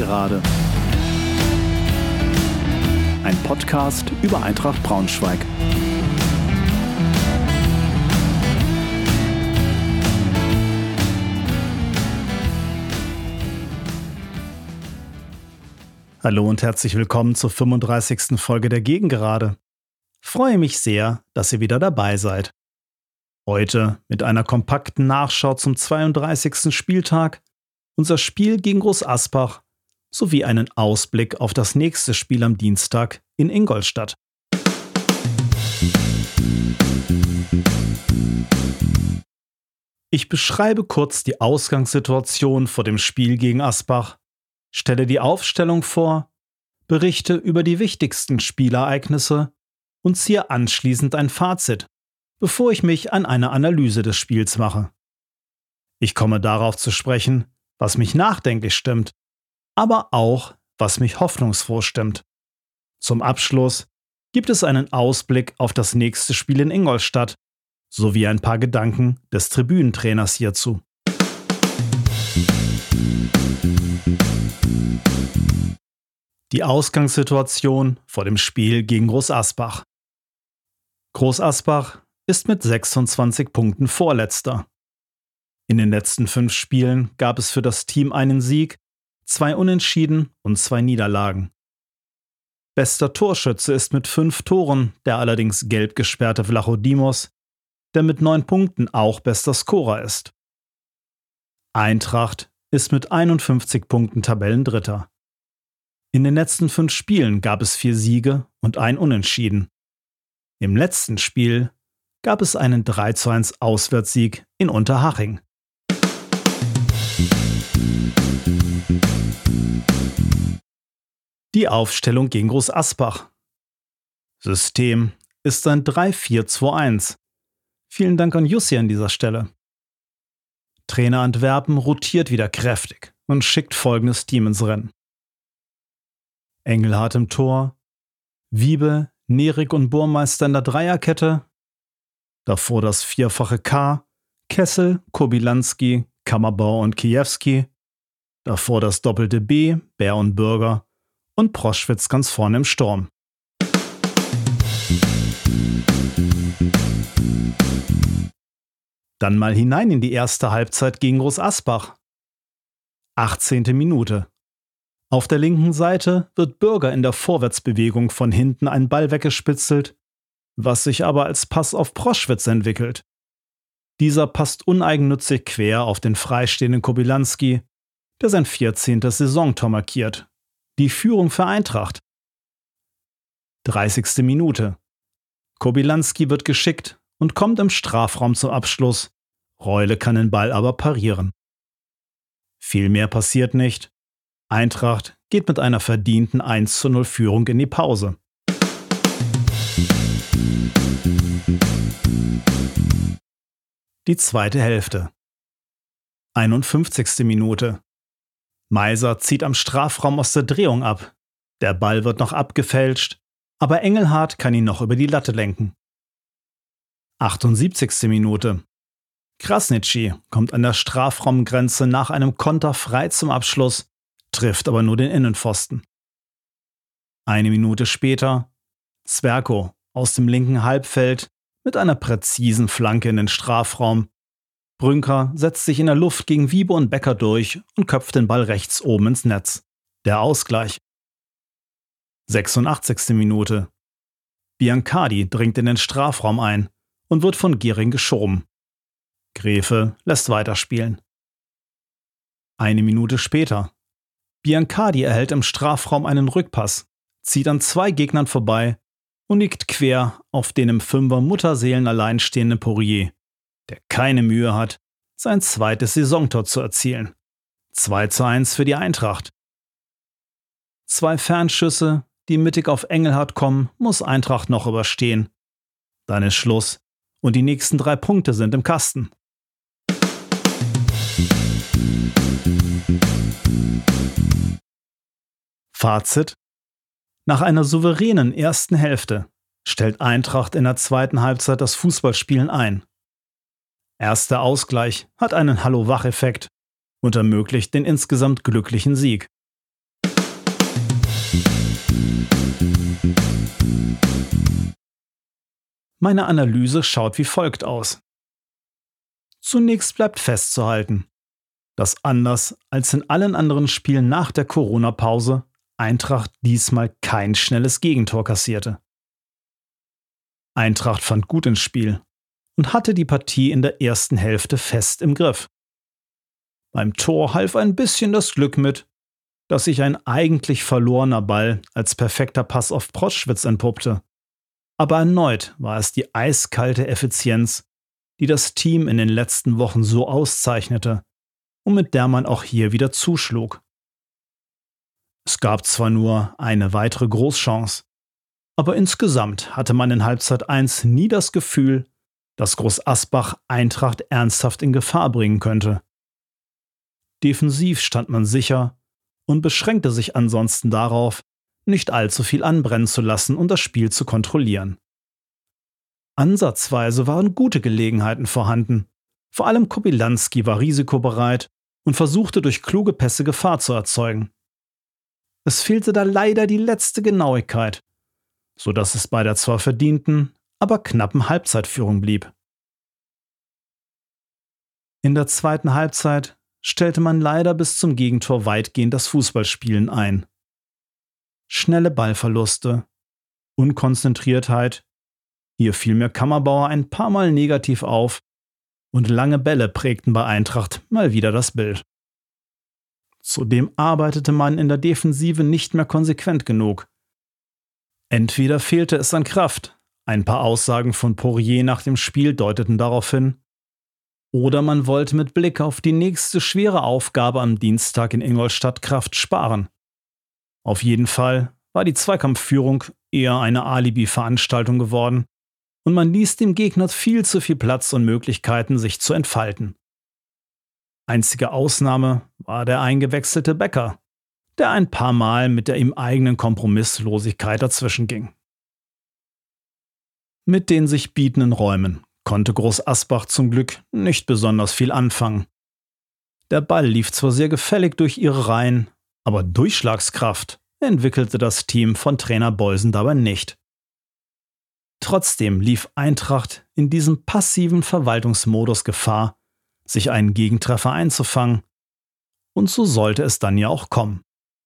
Gegengerade. Ein Podcast über Eintracht Braunschweig. Hallo und herzlich willkommen zur 35. Folge der Gegengerade. Freue mich sehr, dass ihr wieder dabei seid. Heute mit einer kompakten Nachschau zum 32. Spieltag, unser Spiel gegen Groß Asbach sowie einen Ausblick auf das nächste Spiel am Dienstag in Ingolstadt. Ich beschreibe kurz die Ausgangssituation vor dem Spiel gegen Asbach, stelle die Aufstellung vor, berichte über die wichtigsten Spielereignisse und ziehe anschließend ein Fazit, bevor ich mich an eine Analyse des Spiels mache. Ich komme darauf zu sprechen, was mich nachdenklich stimmt, aber auch, was mich hoffnungsfroh stimmt. Zum Abschluss gibt es einen Ausblick auf das nächste Spiel in Ingolstadt, sowie ein paar Gedanken des Tribünentrainers hierzu. Die Ausgangssituation vor dem Spiel gegen Groß Asbach. Groß Asbach ist mit 26 Punkten Vorletzter. In den letzten 5 Spielen gab es für das Team einen Sieg, 2 Unentschieden und 2 Niederlagen. Bester Torschütze ist mit 5 Toren der allerdings gelb gesperrte Vlachodimos, der mit 9 Punkten auch bester Scorer ist. Eintracht ist mit 51 Punkten Tabellendritter. In den letzten 5 Spielen gab es 4 Siege und 1 Unentschieden. Im letzten Spiel gab es einen 3:1 Auswärtssieg in Unterhaching. Die Aufstellung gegen Groß Asbach. System ist ein 3-4-2-1. Vielen Dank an Jussi an dieser Stelle. Trainer Antwerpen rotiert wieder kräftig und schickt folgendes Team ins Rennen. Engelhardt im Tor, Wiebe, Nerik und Burmeister in der Dreierkette, davor das vierfache K, Kessel, Kobylanski, Kammerbau und Kiewski, davor das doppelte B, Bär und Bürger und Proschwitz ganz vorne im Sturm. Dann mal hinein in die erste Halbzeit gegen Groß Asbach. 18. Minute. Auf der linken Seite wird Bürger in der Vorwärtsbewegung von hinten einen Ball weggespitzelt, was sich aber als Pass auf Proschwitz entwickelt. Dieser passt uneigennützig quer auf den freistehenden Kobylanski, der sein 14. Saisontor markiert. Die Führung für Eintracht. 30. Minute. Kobylanski wird geschickt und kommt im Strafraum zum Abschluss. Reule kann den Ball aber parieren. Viel mehr passiert nicht. Eintracht geht mit einer verdienten 1:0 Führung in die Pause. Die zweite Hälfte. 51. Minute. Meiser zieht am Strafraum aus der Drehung ab. Der Ball wird noch abgefälscht, aber Engelhardt kann ihn noch über die Latte lenken. 78. Minute. Krasnitschi kommt an der Strafraumgrenze nach einem Konter frei zum Abschluss, trifft aber nur den Innenpfosten. 1 Minute später Zwerko aus dem linken Halbfeld mit einer präzisen Flanke in den Strafraum. Brünker setzt sich in der Luft gegen Wiebe und Becker durch und köpft den Ball rechts oben ins Netz. Der Ausgleich. 86. Minute. Biancardi dringt in den Strafraum ein und wird von Gehring geschoben. Gräfe lässt weiterspielen. 1 Minute später. Biancardi erhält im Strafraum einen Rückpass, zieht an 2 Gegnern vorbei und liegt quer auf den im Fünfer Mutterseelen alleinstehenden Poirier, der keine Mühe hat, sein 2. Saisontor zu erzielen. 2:1 für die Eintracht. 2 Fernschüsse, die mittig auf Engelhardt kommen, muss Eintracht noch überstehen. Dann ist Schluss und die nächsten 3 Punkte sind im Kasten. Fazit: Nach einer souveränen ersten Hälfte stellt Eintracht in der zweiten Halbzeit das Fußballspielen ein. Erster Ausgleich hat einen Hallo-Wach-Effekt und ermöglicht den insgesamt glücklichen Sieg. Meine Analyse schaut wie folgt aus. Zunächst bleibt festzuhalten, dass anders als in allen anderen Spielen nach der Corona-Pause Eintracht diesmal kein schnelles Gegentor kassierte. Eintracht fand gut ins Spiel und hatte die Partie in der ersten Hälfte fest im Griff. Beim Tor half ein bisschen das Glück mit, dass sich ein eigentlich verlorener Ball als perfekter Pass auf Proschwitz entpuppte. Aber erneut war es die eiskalte Effizienz, die das Team in den letzten Wochen so auszeichnete und mit der man auch hier wieder zuschlug. Es gab zwar nur eine weitere Großchance, aber insgesamt hatte man in Halbzeit 1 nie das Gefühl, dass Groß Asbach Eintracht ernsthaft in Gefahr bringen könnte. Defensiv stand man sicher und beschränkte sich ansonsten darauf, nicht allzu viel anbrennen zu lassen und das Spiel zu kontrollieren. Ansatzweise waren gute Gelegenheiten vorhanden. Vor allem Kobylanski war risikobereit und versuchte durch kluge Pässe Gefahr zu erzeugen. Es fehlte da leider die letzte Genauigkeit, sodass es bei der zwar verdienten, aber knappen Halbzeitführung blieb. In der zweiten Halbzeit stellte man leider bis zum Gegentor weitgehend das Fußballspielen ein. Schnelle Ballverluste, Unkonzentriertheit, hier fiel mir Kammerbauer ein paar Mal negativ auf und lange Bälle prägten bei Eintracht mal wieder das Bild. Zudem arbeitete man in der Defensive nicht mehr konsequent genug. Entweder fehlte es an Kraft, ein paar Aussagen von Poirier nach dem Spiel deuteten darauf hin, oder man wollte mit Blick auf die nächste schwere Aufgabe am Dienstag in Ingolstadt Kraft sparen. Auf jeden Fall war die Zweikampfführung eher eine Alibi-Veranstaltung geworden und man ließ dem Gegner viel zu viel Platz und Möglichkeiten, sich zu entfalten. Einzige Ausnahme war der eingewechselte Becker, der ein paar Mal mit der ihm eigenen Kompromisslosigkeit dazwischen ging. Mit den sich bietenden Räumen konnte Groß Asbach zum Glück nicht besonders viel anfangen. Der Ball lief zwar sehr gefällig durch ihre Reihen, aber Durchschlagskraft entwickelte das Team von Trainer Beusen dabei nicht. Trotzdem lief Eintracht in diesem passiven Verwaltungsmodus Gefahr, sich einen Gegentreffer einzufangen, und so sollte es dann ja auch kommen.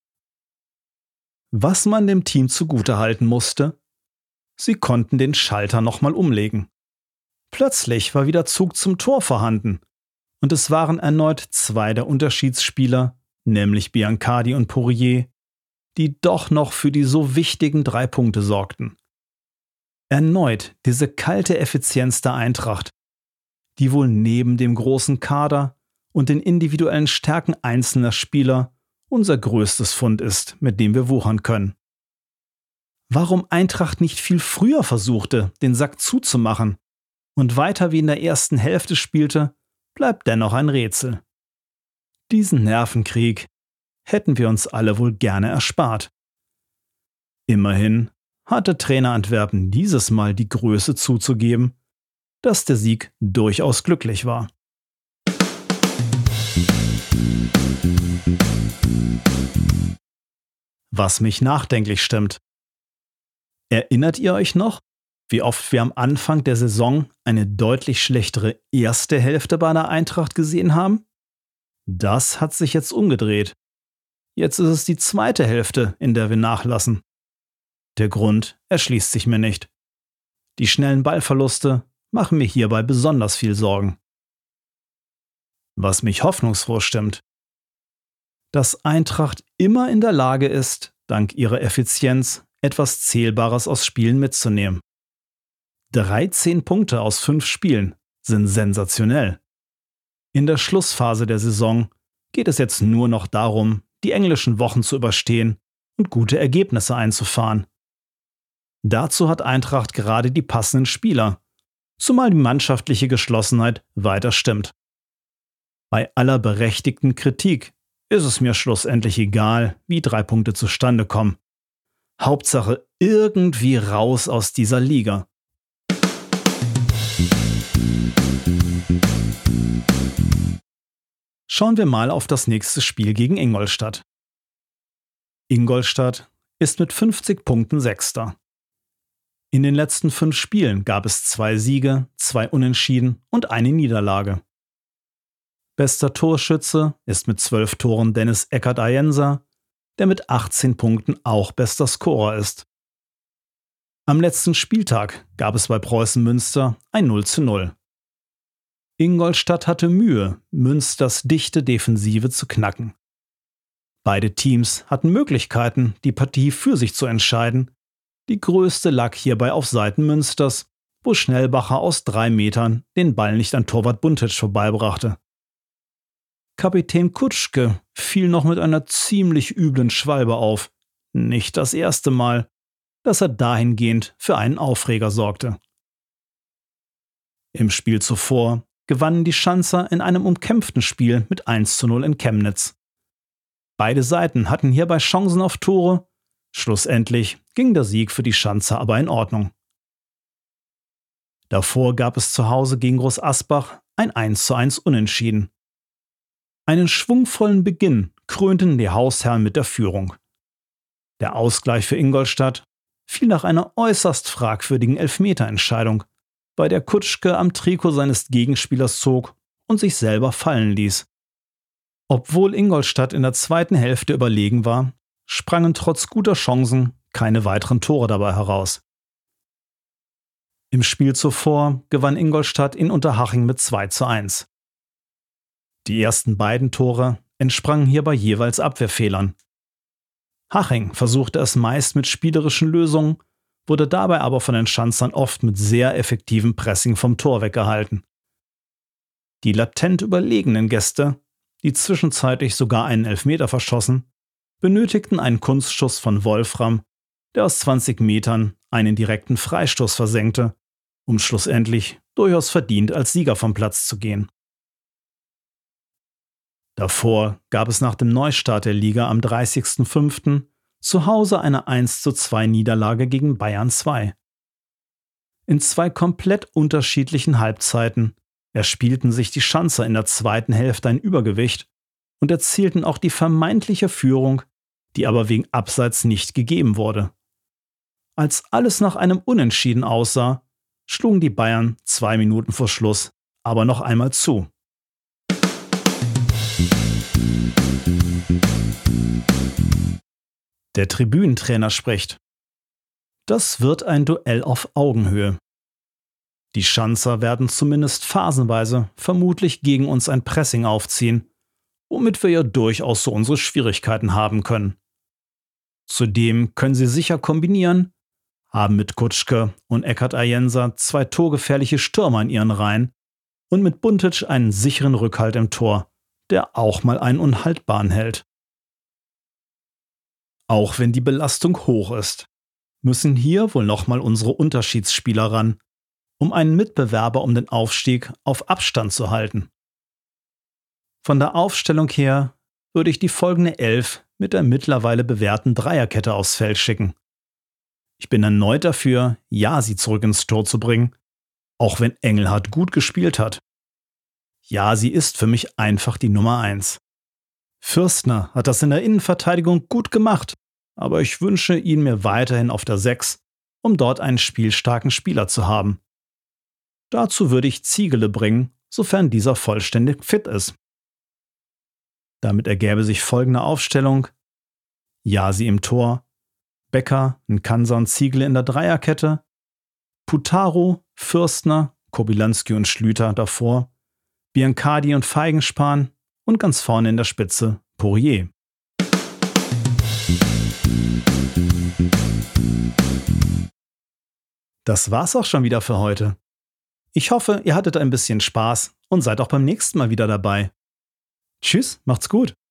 Was man dem Team zugutehalten musste: Sie konnten den Schalter nochmal umlegen. Plötzlich war wieder Zug zum Tor vorhanden und es waren erneut zwei der Unterschiedsspieler, nämlich Biancardi und Poirier, die doch noch für die so wichtigen 3 Punkte sorgten. Erneut diese kalte Effizienz der Eintracht, die wohl neben dem großen Kader und den individuellen Stärken einzelner Spieler unser größtes Fund ist, mit dem wir wuchern können. Warum Eintracht nicht viel früher versuchte, den Sack zuzumachen und weiter wie in der ersten Hälfte spielte, bleibt dennoch ein Rätsel. Diesen Nervenkrieg hätten wir uns alle wohl gerne erspart. Immerhin hatte Trainer Antwerpen dieses Mal die Größe zuzugeben, dass der Sieg durchaus glücklich war. Was mich nachdenklich stimmt. Erinnert ihr euch noch, wie oft wir am Anfang der Saison eine deutlich schlechtere erste Hälfte bei der Eintracht gesehen haben? Das hat sich jetzt umgedreht. Jetzt ist es die zweite Hälfte, in der wir nachlassen. Der Grund erschließt sich mir nicht. Die schnellen Ballverluste machen mir hierbei besonders viel Sorgen. Was mich hoffnungsfroh stimmt: dass Eintracht immer in der Lage ist, dank ihrer Effizienz etwas Zählbares aus Spielen mitzunehmen. 13 Punkte aus 5 Spielen sind sensationell. In der Schlussphase der Saison geht es jetzt nur noch darum, die englischen Wochen zu überstehen und gute Ergebnisse einzufahren. Dazu hat Eintracht gerade die passenden Spieler, zumal die mannschaftliche Geschlossenheit weiter stimmt. Bei aller berechtigten Kritik ist es mir schlussendlich egal, wie 3 Punkte zustande kommen. Hauptsache irgendwie raus aus dieser Liga. Schauen wir mal auf das nächste Spiel gegen Ingolstadt. Ingolstadt ist mit 50 Punkten Sechster. In den letzten 5 Spielen gab es 2 Siege, 2 Unentschieden und eine Niederlage. Bester Torschütze ist mit 12 Toren Dennis Eckert-Ayensa, der mit 18 Punkten auch bester Scorer ist. Am letzten Spieltag gab es bei Preußen Münster ein 0:0. Ingolstadt hatte Mühe, Münsters dichte Defensive zu knacken. Beide Teams hatten Möglichkeiten, die Partie für sich zu entscheiden. Die größte lag hierbei auf Seiten Münsters, wo Schnellbacher aus 3 Metern den Ball nicht an Torwart Buntic vorbeibrachte. Kapitän Kutschke fiel noch mit einer ziemlich üblen Schwalbe auf. Nicht das erste Mal, dass er dahingehend für einen Aufreger sorgte. Im Spiel zuvor gewannen die Schanzer in einem umkämpften Spiel mit 1:0 in Chemnitz. Beide Seiten hatten hierbei Chancen auf Tore. Schlussendlich ging der Sieg für die Schanzer aber in Ordnung. Davor gab es zu Hause gegen Groß Asbach ein 1:1 Unentschieden. Einen schwungvollen Beginn krönten die Hausherren mit der Führung. Der Ausgleich für Ingolstadt fiel nach einer äußerst fragwürdigen Elfmeterentscheidung, bei der Kutschke am Trikot seines Gegenspielers zog und sich selber fallen ließ. Obwohl Ingolstadt in der zweiten Hälfte überlegen war, sprangen trotz guter Chancen keine weiteren Tore dabei heraus. Im Spiel zuvor gewann Ingolstadt in Unterhaching mit 2:1. Die ersten beiden Tore entsprangen hierbei jeweils Abwehrfehlern. Haching versuchte es meist mit spielerischen Lösungen, wurde dabei aber von den Schanzern oft mit sehr effektivem Pressing vom Tor weggehalten. Die latent überlegenen Gäste, die zwischenzeitlich sogar einen Elfmeter verschossen, benötigten einen Kunstschuss von Wolfram, der aus 20 Metern einen direkten Freistoß versenkte, um schlussendlich durchaus verdient als Sieger vom Platz zu gehen. Davor gab es nach dem Neustart der Liga am 30.05. zu Hause eine 1:2 Niederlage gegen Bayern 2. In 2 komplett unterschiedlichen Halbzeiten erspielten sich die Schanzer in der zweiten Hälfte ein Übergewicht und erzielten auch die vermeintliche Führung, die aber wegen Abseits nicht gegeben wurde. Als alles nach einem Unentschieden aussah, schlugen die Bayern 2 Minuten vor Schluss aber noch einmal zu. Der Tribünentrainer spricht: Das wird ein Duell auf Augenhöhe. Die Schanzer werden zumindest phasenweise vermutlich gegen uns ein Pressing aufziehen, womit wir ja durchaus so unsere Schwierigkeiten haben können. Zudem können sie sicher kombinieren, haben mit Kutschke und Eckert-Ayensa 2 torgefährliche Stürmer in ihren Reihen und mit Buntic einen sicheren Rückhalt im Tor, der auch mal einen unhaltbaren hält. Auch wenn die Belastung hoch ist, müssen hier wohl nochmal unsere Unterschiedsspieler ran, um einen Mitbewerber um den Aufstieg auf Abstand zu halten. Von der Aufstellung her würde ich die folgende 11 mit der mittlerweile bewährten Dreierkette aufs Feld schicken. Ich bin erneut dafür, Yasi zurück ins Tor zu bringen, auch wenn Engelhardt gut gespielt hat. Yasi ist für mich einfach die Nummer 1. Fürstner hat das in der Innenverteidigung gut gemacht, aber ich wünsche ihn mir weiterhin auf der 6, um dort einen spielstarken Spieler zu haben. Dazu würde ich Ziegele bringen, sofern dieser vollständig fit ist. Damit ergäbe sich folgende Aufstellung: Yasi im Tor, Becker, Nkansa und Ziegele in der Dreierkette, Putaro, Fürstner, Kobylanski und Schlüter davor, Biancardi und Feigenspan und ganz vorne in der Spitze Poirier. Das war's auch schon wieder für heute. Ich hoffe, ihr hattet ein bisschen Spaß und seid auch beim nächsten Mal wieder dabei. Tschüss, macht's gut.